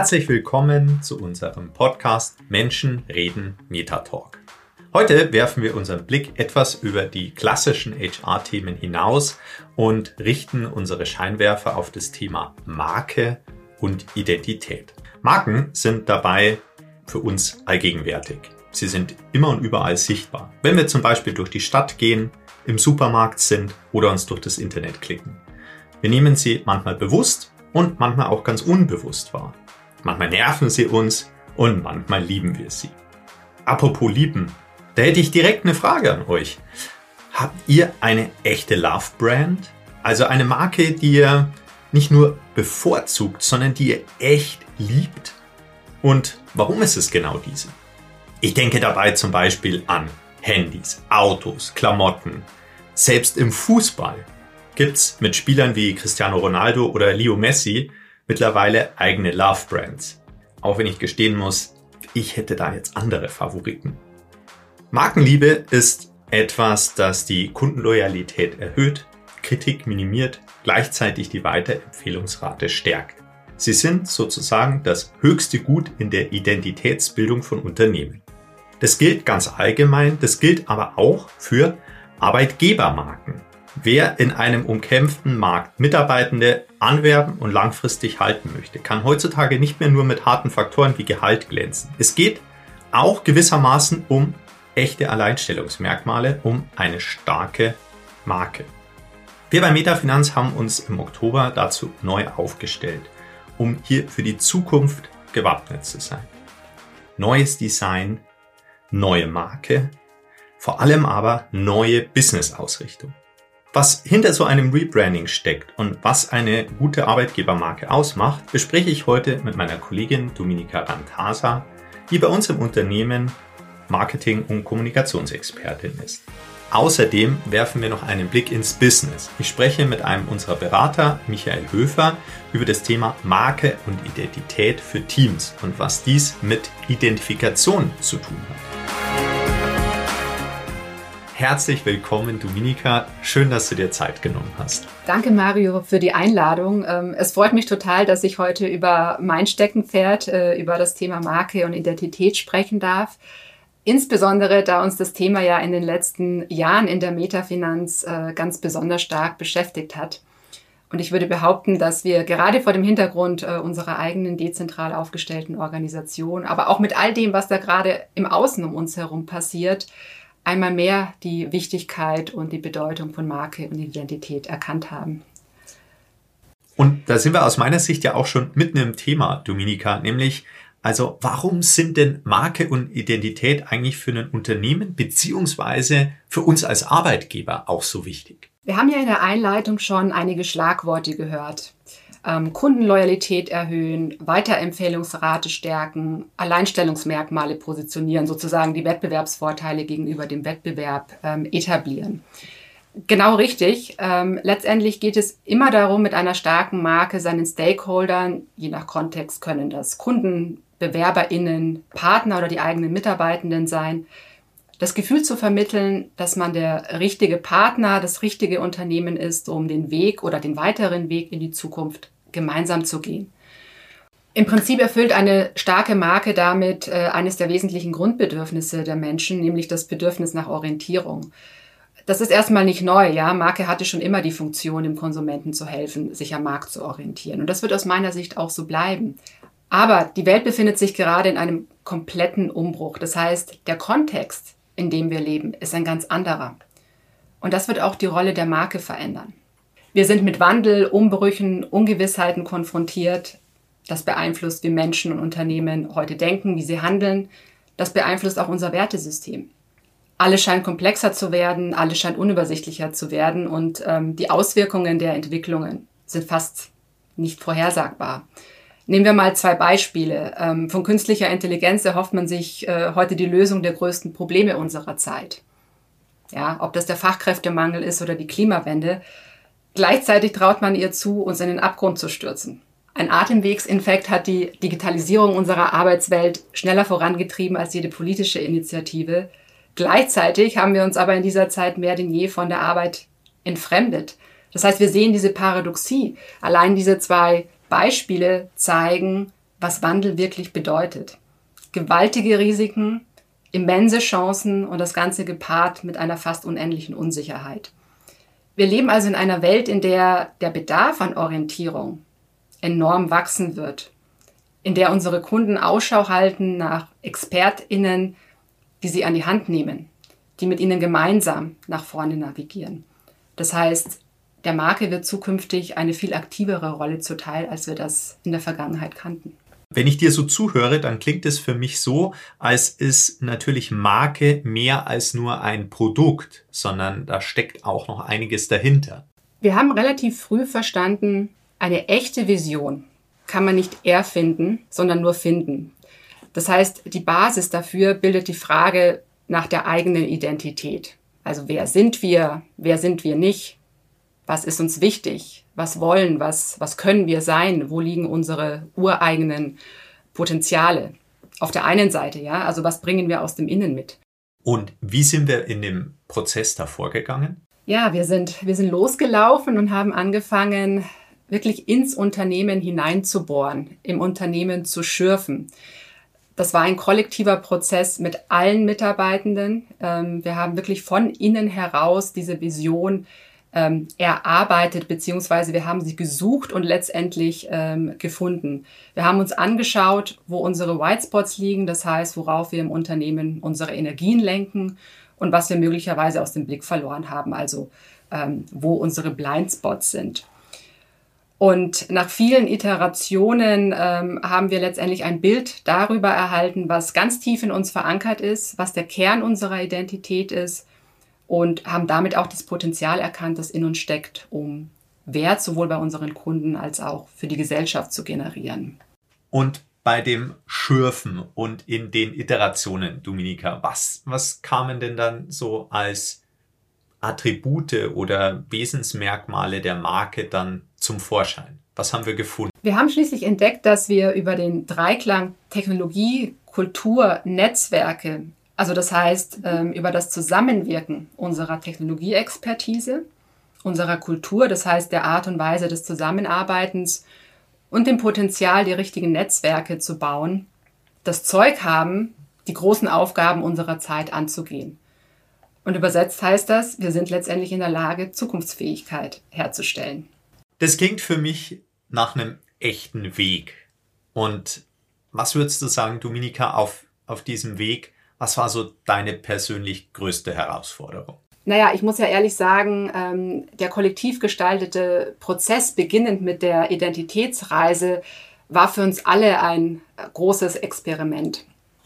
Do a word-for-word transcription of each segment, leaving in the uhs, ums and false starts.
Herzlich willkommen zu unserem Podcast Menschen reden Metatalk. Heute werfen wir unseren Blick etwas über die klassischen H R-Themen hinaus und richten unsere Scheinwerfer auf das Thema Marke und Identität. Marken sind dabei für uns allgegenwärtig. Sie sind immer und überall sichtbar. Wenn wir zum Beispiel durch die Stadt gehen, im Supermarkt sind oder uns durch das Internet klicken. Wir nehmen sie manchmal bewusst und manchmal auch ganz unbewusst wahr. Manchmal nerven sie uns und manchmal lieben wir sie. Apropos lieben, da hätte ich direkt eine Frage an euch. Habt ihr eine echte Love-Brand? Also eine Marke, die ihr nicht nur bevorzugt, sondern die ihr echt liebt? Und warum ist es genau diese? Ich denke dabei zum Beispiel an Handys, Autos, Klamotten. Selbst im Fußball gibt's mit Spielern wie Cristiano Ronaldo oder Leo Messi mittlerweile eigene Love-Brands. Auch wenn ich gestehen muss, ich hätte da jetzt andere Favoriten. Markenliebe ist etwas, das die Kundenloyalität erhöht, Kritik minimiert, gleichzeitig die Weiterempfehlungsrate stärkt. Sie sind sozusagen das höchste Gut in der Identitätsbildung von Unternehmen. Das gilt ganz allgemein, das gilt aber auch für Arbeitgebermarken. Wer in einem umkämpften Markt Mitarbeitende anwerben und langfristig halten möchte, kann heutzutage nicht mehr nur mit harten Faktoren wie Gehalt glänzen. Es geht auch gewissermaßen um echte Alleinstellungsmerkmale, um eine starke Marke. Wir bei Metafinanz haben uns im Oktober dazu neu aufgestellt, um hier für die Zukunft gewappnet zu sein. Neues Design, neue Marke, vor allem aber neue Business-Ausrichtung. Was hinter so einem Rebranding steckt und was eine gute Arbeitgebermarke ausmacht, bespreche ich heute mit meiner Kollegin Dominika Rantasa, die bei uns im Unternehmen Marketing- und Kommunikationsexpertin ist. Außerdem werfen wir noch einen Blick ins Business. Ich spreche mit einem unserer Berater, Michael Höfer, über das Thema Marke und Identität für Teams und was dies mit Identifikation zu tun hat. Herzlich willkommen, Dominika. Schön, dass du dir Zeit genommen hast. Danke, Mario, für die Einladung. Es freut mich total, dass ich heute über mein Steckenpferd, über das Thema Marke und Identität sprechen darf. Insbesondere, da uns das Thema ja in den letzten Jahren in der Metafinanz ganz besonders stark beschäftigt hat. Und ich würde behaupten, dass wir gerade vor dem Hintergrund unserer eigenen dezentral aufgestellten Organisation, aber auch mit all dem, was da gerade im Außen um uns herum passiert, einmal mehr die Wichtigkeit und die Bedeutung von Marke und Identität erkannt haben. Und da sind wir aus meiner Sicht ja auch schon mitten im Thema, Dominika, nämlich, also warum sind denn Marke und Identität eigentlich für ein Unternehmen beziehungsweise für uns als Arbeitgeber auch so wichtig? Wir haben ja in der Einleitung schon einige Schlagworte gehört. Ähm, Kundenloyalität erhöhen, Weiterempfehlungsrate stärken, Alleinstellungsmerkmale positionieren, sozusagen die Wettbewerbsvorteile gegenüber dem Wettbewerb ähm, etablieren. Genau richtig. Ähm, letztendlich geht es immer darum, mit einer starken Marke seinen Stakeholdern, je nach Kontext können das Kunden, BewerberInnen, Partner oder die eigenen Mitarbeitenden sein, das Gefühl zu vermitteln, dass man der richtige Partner, das richtige Unternehmen ist, um den Weg oder den weiteren Weg in die Zukunft gemeinsam zu gehen. Im Prinzip erfüllt eine starke Marke damit äh, eines der wesentlichen Grundbedürfnisse der Menschen, nämlich das Bedürfnis nach Orientierung. Das ist erstmal nicht neu, ja. Marke hatte schon immer die Funktion, dem Konsumenten zu helfen, sich am Markt zu orientieren. Und das wird aus meiner Sicht auch so bleiben. Aber die Welt befindet sich gerade in einem kompletten Umbruch. Das heißt, der Kontext, in dem wir leben, ist ein ganz anderer. Und das wird auch die Rolle der Marke verändern. Wir sind mit Wandel, Umbrüchen, Ungewissheiten konfrontiert. Das beeinflusst, wie Menschen und Unternehmen heute denken, wie sie handeln. Das beeinflusst auch unser Wertesystem. Alles scheint komplexer zu werden, alles scheint unübersichtlicher zu werden und ähm, die Auswirkungen der Entwicklungen sind fast nicht vorhersagbar. Nehmen wir mal zwei Beispiele. Ähm, von künstlicher Intelligenz erhofft man sich äh, heute die Lösung der größten Probleme unserer Zeit. Ja, ob das der Fachkräftemangel ist oder die Klimawende. Gleichzeitig traut man ihr zu, uns in den Abgrund zu stürzen. Ein Atemwegsinfekt hat die Digitalisierung unserer Arbeitswelt schneller vorangetrieben als jede politische Initiative. Gleichzeitig haben wir uns aber in dieser Zeit mehr denn je von der Arbeit entfremdet. Das heißt, wir sehen diese Paradoxie. Allein diese zwei Beispiele zeigen, was Wandel wirklich bedeutet. Gewaltige Risiken, immense Chancen und das Ganze gepaart mit einer fast unendlichen Unsicherheit. Wir leben also in einer Welt, in der der Bedarf an Orientierung enorm wachsen wird, in der unsere Kunden Ausschau halten nach ExpertInnen, die sie an die Hand nehmen, die mit ihnen gemeinsam nach vorne navigieren. Das heißt, der Marke wird zukünftig eine viel aktivere Rolle zuteil, als wir das in der Vergangenheit kannten. Wenn ich dir so zuhöre, dann klingt es für mich so, als ist natürlich Marke mehr als nur ein Produkt, sondern da steckt auch noch einiges dahinter. Wir haben relativ früh verstanden, eine echte Vision kann man nicht erfinden, sondern nur finden. Das heißt, die Basis dafür bildet die Frage nach der eigenen Identität. Also wer sind wir, wer sind wir nicht, was ist uns wichtig, was wollen, was, was können wir sein, wo liegen unsere ureigenen Potenziale. Auf der einen Seite, ja, also was bringen wir aus dem Innen mit. Und wie sind wir in dem Prozess da vorgegangen? Ja, wir sind, wir sind losgelaufen und haben angefangen, wirklich ins Unternehmen hineinzubohren, im Unternehmen zu schürfen. Das war ein kollektiver Prozess mit allen Mitarbeitenden. Wir haben wirklich von innen heraus diese Vision erarbeitet, beziehungsweise wir haben sie gesucht und letztendlich ähm, gefunden. Wir haben uns angeschaut, wo unsere White Spots liegen, das heißt, worauf wir im Unternehmen unsere Energien lenken und was wir möglicherweise aus dem Blick verloren haben, also ähm, wo unsere Blind Spots sind. Und nach vielen Iterationen ähm, haben wir letztendlich ein Bild darüber erhalten, was ganz tief in uns verankert ist, was der Kern unserer Identität ist, und haben damit auch das Potenzial erkannt, das in uns steckt, um Wert sowohl bei unseren Kunden als auch für die Gesellschaft zu generieren. Und bei dem Schürfen und in den Iterationen, Dominika, was, was kamen denn dann so als Attribute oder Wesensmerkmale der Marke dann zum Vorschein? Was haben wir gefunden? Wir haben schließlich entdeckt, dass wir über den Dreiklang Technologie, Kultur, Netzwerke, also das heißt, über das Zusammenwirken unserer Technologieexpertise, unserer Kultur, das heißt der Art und Weise des Zusammenarbeitens und dem Potenzial, die richtigen Netzwerke zu bauen, das Zeug haben, die großen Aufgaben unserer Zeit anzugehen. Und übersetzt heißt das, wir sind letztendlich in der Lage, Zukunftsfähigkeit herzustellen. Das klingt für mich nach einem echten Weg. Und was würdest du sagen, Dominika, auf, auf diesem Weg? Was war so deine persönlich größte Herausforderung? Naja, ich muss ja ehrlich sagen, ähm, der kollektiv gestaltete Prozess, beginnend mit der Identitätsreise, war für uns alle ein großes Experiment.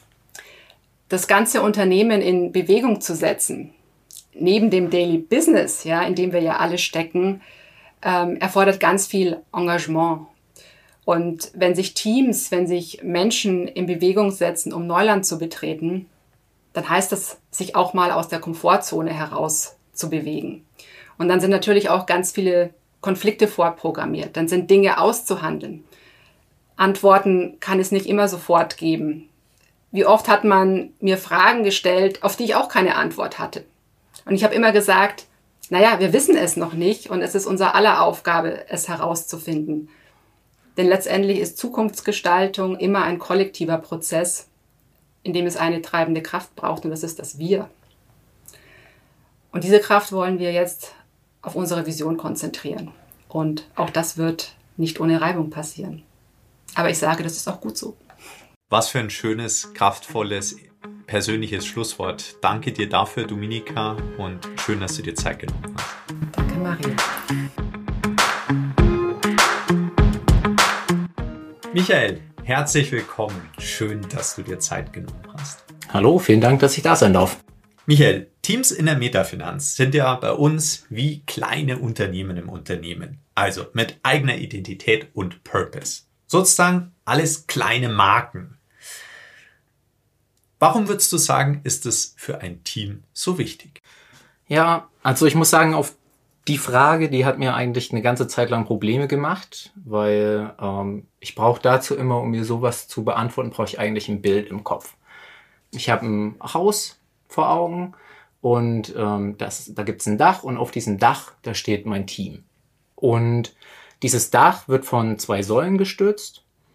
Das ganze Unternehmen in Bewegung zu setzen, neben dem Daily Business, ja, in dem wir ja alle stecken, ähm, erfordert ganz viel Engagement. Und wenn sich Teams, wenn sich Menschen in Bewegung setzen, um Neuland zu betreten, dann heißt das, sich auch mal aus der Komfortzone heraus zu bewegen. Und dann sind natürlich auch ganz viele Konflikte vorprogrammiert. Dann sind Dinge auszuhandeln. Antworten kann es nicht immer sofort geben. Wie oft hat man mir Fragen gestellt, auf die ich auch keine Antwort hatte. Und ich habe immer gesagt, naja, wir wissen es noch nicht und es ist unser aller Aufgabe, es herauszufinden. Denn letztendlich ist Zukunftsgestaltung immer ein kollektiver Prozess, in dem es eine treibende Kraft braucht, und das ist das Wir. Und diese Kraft wollen wir jetzt auf unsere Vision konzentrieren. Und auch das wird nicht ohne Reibung passieren. Aber ich sage, das ist auch gut so. Was für ein schönes, kraftvolles, persönliches Schlusswort. Danke dir dafür, Dominika, und schön, dass du dir Zeit genommen hast. Danke, Maria. Michael, herzlich willkommen. Schön, dass du dir Zeit genommen hast. Hallo, vielen Dank, dass ich da sein darf. Michael, Teams in der Metafinanz sind ja bei uns wie kleine Unternehmen im Unternehmen. Also mit eigener Identität und Purpose. Sozusagen alles kleine Marken. Warum würdest du sagen, ist es für ein Team so wichtig? Ja, also ich muss sagen, auf die Frage, die hat mir eigentlich eine ganze Zeit lang Probleme gemacht, weil ähm, ich brauche dazu immer, um mir sowas zu beantworten, brauche ich eigentlich ein Bild im Kopf. Ich habe ein Haus vor Augen und ähm, das, da gibt es ein Dach und auf diesem Dach, da steht mein Team. Und dieses Dach wird von zwei Säulen gestützt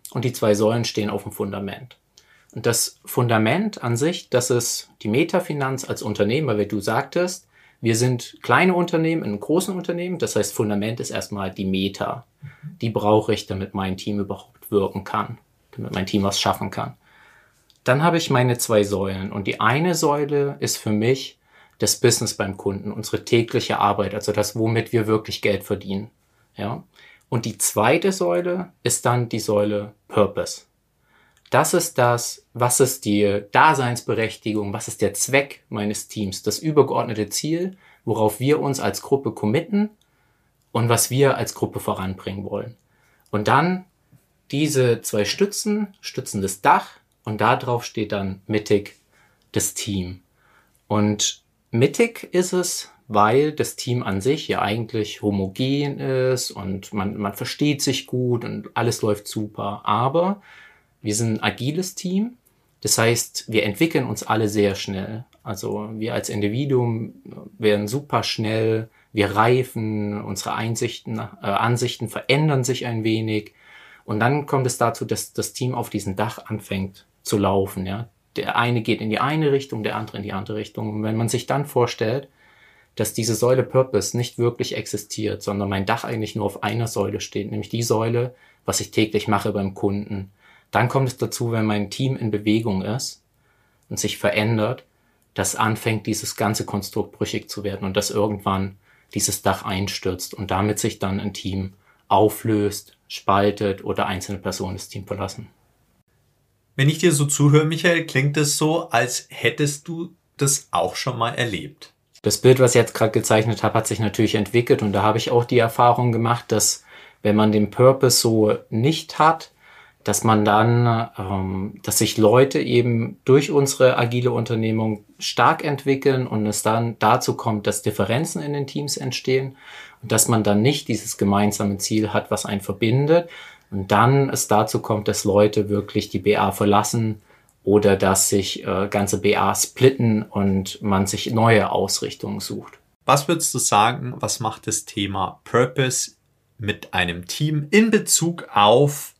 und die zwei Säulen stehen auf dem Fundament. Und das Fundament an sich, das ist die Metafinanz als Unternehmen, weil wie du sagtest, wir sind kleine Unternehmen in einem großen Unternehmen. Das heißt, Fundament ist erstmal die Meta. Die brauche ich, damit mein Team überhaupt wirken kann, damit mein Team was schaffen kann. Dann habe ich meine zwei Säulen. Und die eine Säule ist für mich das Business beim Kunden, unsere tägliche Arbeit, also das, womit wir wirklich Geld verdienen. Ja? Und die zweite Säule ist dann die Säule Purpose. Das ist das, was ist die Daseinsberechtigung, was ist der Zweck meines Teams, das übergeordnete Ziel, worauf wir uns als Gruppe committen und was wir als Gruppe voranbringen wollen. Und dann diese zwei Stützen, stützen das Dach und da drauf steht dann mittig das Team. Und mittig ist es, weil das Team an sich ja eigentlich homogen ist und man, man versteht sich gut und alles läuft super, aber wir sind ein agiles Team, das heißt, wir entwickeln uns alle sehr schnell. Also wir als Individuum werden super schnell, wir reifen, unsere Einsichten, äh, Ansichten verändern sich ein wenig und dann kommt es dazu, dass das Team auf diesem Dach anfängt zu laufen. Ja? Der eine geht in die eine Richtung, der andere in die andere Richtung. Und wenn man sich dann vorstellt, dass diese Säule Purpose nicht wirklich existiert, sondern mein Dach eigentlich nur auf einer Säule steht, nämlich die Säule, was ich täglich mache beim Kunden, dann kommt es dazu, wenn mein Team in Bewegung ist und sich verändert, dass anfängt, dieses ganze Konstrukt brüchig zu werden und dass irgendwann dieses Dach einstürzt und damit sich dann ein Team auflöst, spaltet oder einzelne Personen das Team verlassen. Wenn ich dir so zuhöre, Michael, klingt es so, als hättest du das auch schon mal erlebt. Das Bild, was ich jetzt gerade gezeichnet habe, hat sich natürlich entwickelt und da habe ich auch die Erfahrung gemacht, dass wenn man den Purpose so nicht hat, dass man dann, ähm, dass sich Leute eben durch unsere agile Unternehmung stark entwickeln und es dann dazu kommt, dass Differenzen in den Teams entstehen und dass man dann nicht dieses gemeinsame Ziel hat, was einen verbindet und dann es dazu kommt, dass Leute wirklich die B A verlassen oder dass sich äh, ganze B A splitten und man sich neue Ausrichtungen sucht. Was würdest du sagen, was macht das Thema Purpose mit einem Team in Bezug auf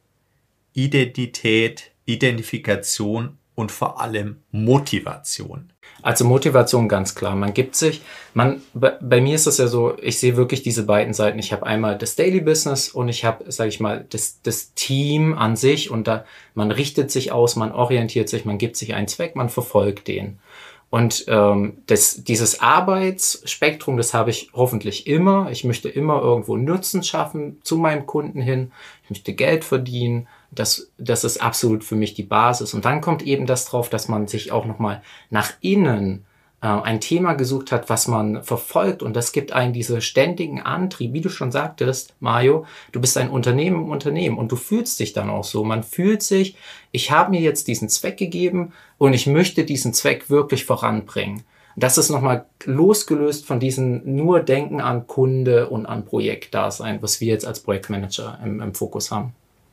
Identität, Identifikation und vor allem Motivation? Also Motivation ganz klar. Man gibt sich, man, bei, bei mir ist das ja so, ich sehe wirklich diese beiden Seiten. Ich habe einmal das Daily Business und ich habe, sage ich mal, das, das Team an sich und da, man richtet sich aus, man orientiert sich, man gibt sich einen Zweck, man verfolgt den. Und ähm, das, dieses Arbeitsspektrum, das habe ich hoffentlich immer. Ich möchte immer irgendwo Nutzen schaffen zu meinem Kunden hin. Ich möchte Geld verdienen. Das, das ist absolut für mich die Basis. Und dann kommt eben das drauf, dass man sich auch nochmal nach innen äh, ein Thema gesucht hat, was man verfolgt. Und das gibt einen diese ständigen Antrieb. Wie du schon sagtest, Mario, du bist ein Unternehmen im Unternehmen und du fühlst dich dann auch so. Man fühlt sich, ich habe mir jetzt diesen Zweck gegeben und ich möchte diesen Zweck wirklich voranbringen. Das ist nochmal losgelöst von diesem nur Denken an Kunde und an Projektdasein, was wir jetzt als Projektmanager im, im Fokus haben.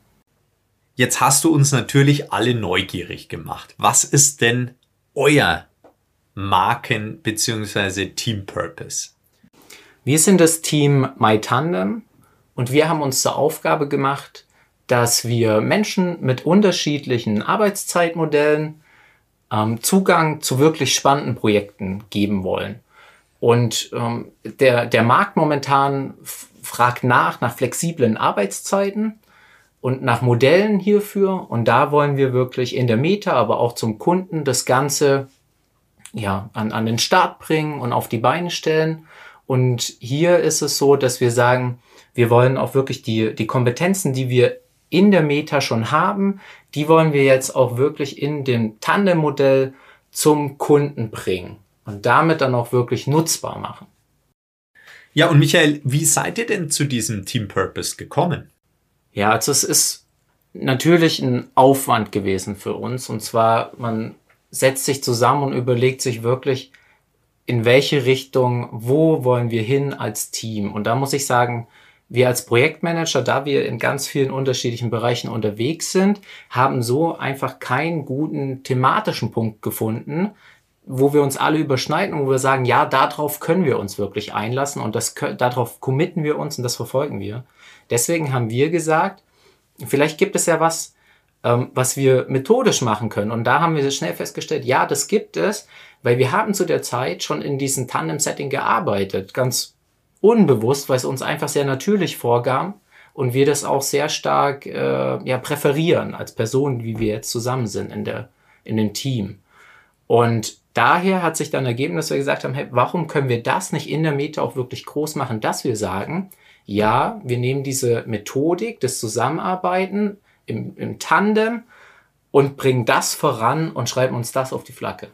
Jetzt hast du uns natürlich alle neugierig gemacht. Was ist denn euer Marken- bzw. Team-Purpose? Wir sind das Team MyTandem und wir haben uns zur Aufgabe gemacht, dass wir Menschen mit unterschiedlichen Arbeitszeitmodellen ähm, Zugang zu wirklich spannenden Projekten geben wollen. Und ähm, der, der Markt momentan f- fragt nach, nach flexiblen Arbeitszeiten und nach Modellen hierfür. Und da wollen wir wirklich in der Meta, aber auch zum Kunden das Ganze ja, an, an den Start bringen und auf die Beine stellen. Und hier ist es so, dass wir sagen, wir wollen auch wirklich die, die Kompetenzen, die wir in der Meta schon haben, die wollen wir jetzt auch wirklich in dem Tandem-Modell zum Kunden bringen und damit dann auch wirklich nutzbar machen. Ja, und Michael, wie seid ihr denn zu diesem Team Purpose gekommen? Ja, also es ist natürlich ein Aufwand gewesen für uns. Und zwar, man setzt sich zusammen und überlegt sich wirklich, in welche Richtung, wo wollen wir hin als Team. Und da muss ich sagen, wir als Projektmanager, da wir in ganz vielen unterschiedlichen Bereichen unterwegs sind, haben so einfach keinen guten thematischen Punkt gefunden, wo wir uns alle überschneiden und wo wir sagen, ja, darauf können wir uns wirklich einlassen und das, darauf committen wir uns und das verfolgen wir. Deswegen haben wir gesagt, vielleicht gibt es ja was, ähm, was wir methodisch machen können. Und da haben wir schnell festgestellt, ja, das gibt es, weil wir haben zu der Zeit schon in diesem Tandem-Setting gearbeitet, ganz unbewusst, weil es uns einfach sehr natürlich vorkam und wir das auch sehr stark äh, ja, präferieren als Personen, wie wir jetzt zusammen sind in, der, in dem Team. Und daher hat sich dann ergeben, dass wir gesagt haben, hey, warum können wir das nicht in der Meta auch wirklich groß machen, dass wir sagen, ja, wir nehmen diese Methodik des Zusammenarbeiten im, im Tandem und bringen das voran und schreiben uns das auf die Flagge.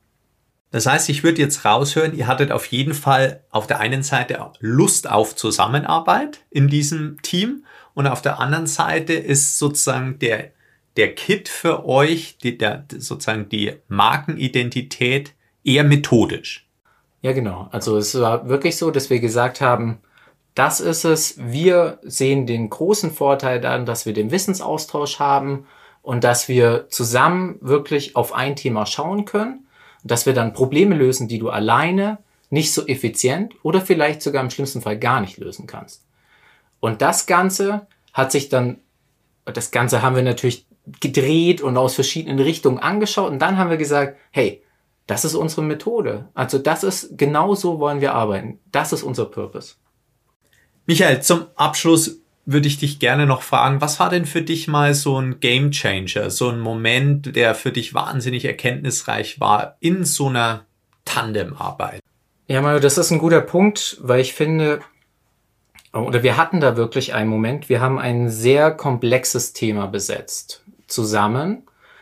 Das heißt, ich würde jetzt raushören, ihr hattet auf jeden Fall auf der einen Seite Lust auf Zusammenarbeit in diesem Team und auf der anderen Seite ist sozusagen der, der Kit für euch, die, der, sozusagen die Markenidentität eher methodisch. Ja, genau. Also es war wirklich so, dass wir gesagt haben, das ist es. Wir sehen den großen Vorteil daran, dass wir den Wissensaustausch haben und dass wir zusammen wirklich auf ein Thema schauen können. Dass wir dann Probleme lösen, die du alleine nicht so effizient oder vielleicht sogar im schlimmsten Fall gar nicht lösen kannst. Und das Ganze hat sich dann, das Ganze haben wir natürlich gedreht und aus verschiedenen Richtungen angeschaut und dann haben wir gesagt, hey, das ist unsere Methode. Also das ist, genau so wollen wir arbeiten. Das ist unser Purpose. Michael, zum Abschluss würde ich dich gerne noch fragen, was war denn für dich mal so ein Game Changer, so ein Moment, der für dich wahnsinnig erkenntnisreich war in so einer Tandemarbeit? Ja, Mario, das ist ein guter Punkt, weil ich finde, oder wir hatten da wirklich einen Moment, wir haben ein sehr komplexes Thema besetzt zusammen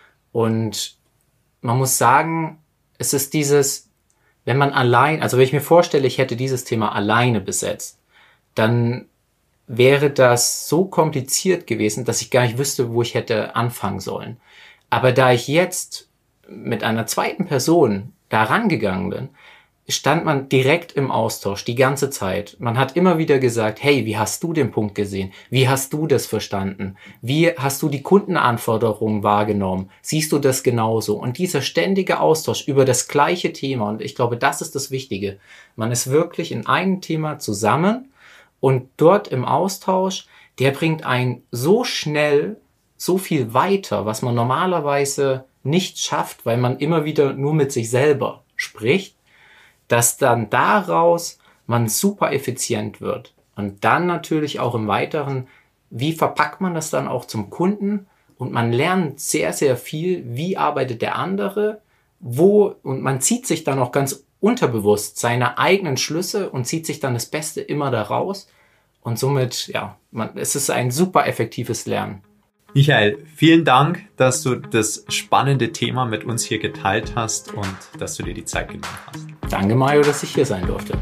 und man muss sagen, es ist dieses, wenn man allein, also wenn ich mir vorstelle, ich hätte dieses Thema alleine besetzt, dann wäre das so kompliziert gewesen, dass ich gar nicht wüsste, wo ich hätte anfangen sollen. Aber da ich jetzt mit einer zweiten Person da rangegangen bin, stand man direkt im Austausch die ganze Zeit. Man hat immer wieder gesagt, hey, wie hast du den Punkt gesehen? Wie hast du das verstanden? Wie hast du die Kundenanforderungen wahrgenommen? Siehst du das genauso? Und dieser ständige Austausch über das gleiche Thema, und ich glaube, das ist das Wichtige. Man ist wirklich in einem Thema zusammen. Und dort im Austausch, der bringt einen so schnell, so viel weiter, was man normalerweise nicht schafft, weil man immer wieder nur mit sich selber spricht, dass dann daraus man super effizient wird. Und dann natürlich auch im Weiteren, wie verpackt man das dann auch zum Kunden? Und man lernt sehr, sehr viel, wie arbeitet der andere, wo, und man zieht sich dann auch ganz unterbewusst seine eigenen Schlüsse und zieht sich dann das Beste immer daraus. Und somit, ja, man, es ist ein super effektives Lernen. Michael, vielen Dank, dass du das spannende Thema mit uns hier geteilt hast und dass du dir die Zeit genommen hast. Danke, Mario, dass ich hier sein durfte.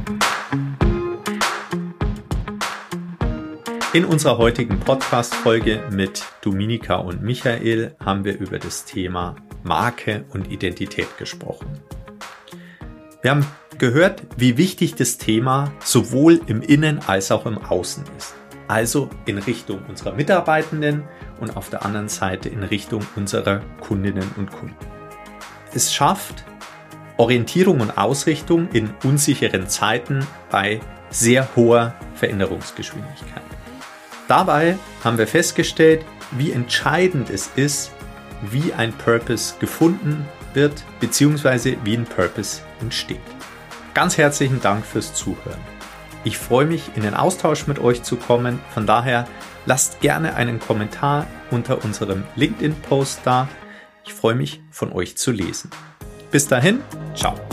In unserer heutigen Podcast-Folge mit Dominika und Michael haben wir über das Thema Marke und Identität gesprochen. Wir haben gehört, wie wichtig das Thema sowohl im Innen als auch im Außen ist. Also in Richtung unserer Mitarbeitenden und auf der anderen Seite in Richtung unserer Kundinnen und Kunden. Es schafft Orientierung und Ausrichtung in unsicheren Zeiten bei sehr hoher Veränderungsgeschwindigkeit. Dabei haben wir festgestellt, wie entscheidend es ist, wie ein Purpose gefunden wird, beziehungsweise wie ein Purpose entsteht. Ganz herzlichen Dank fürs Zuhören. Ich freue mich, in den Austausch mit euch zu kommen. Von daher lasst gerne einen Kommentar unter unserem LinkedIn-Post da. Ich freue mich, von euch zu lesen. Bis dahin, ciao.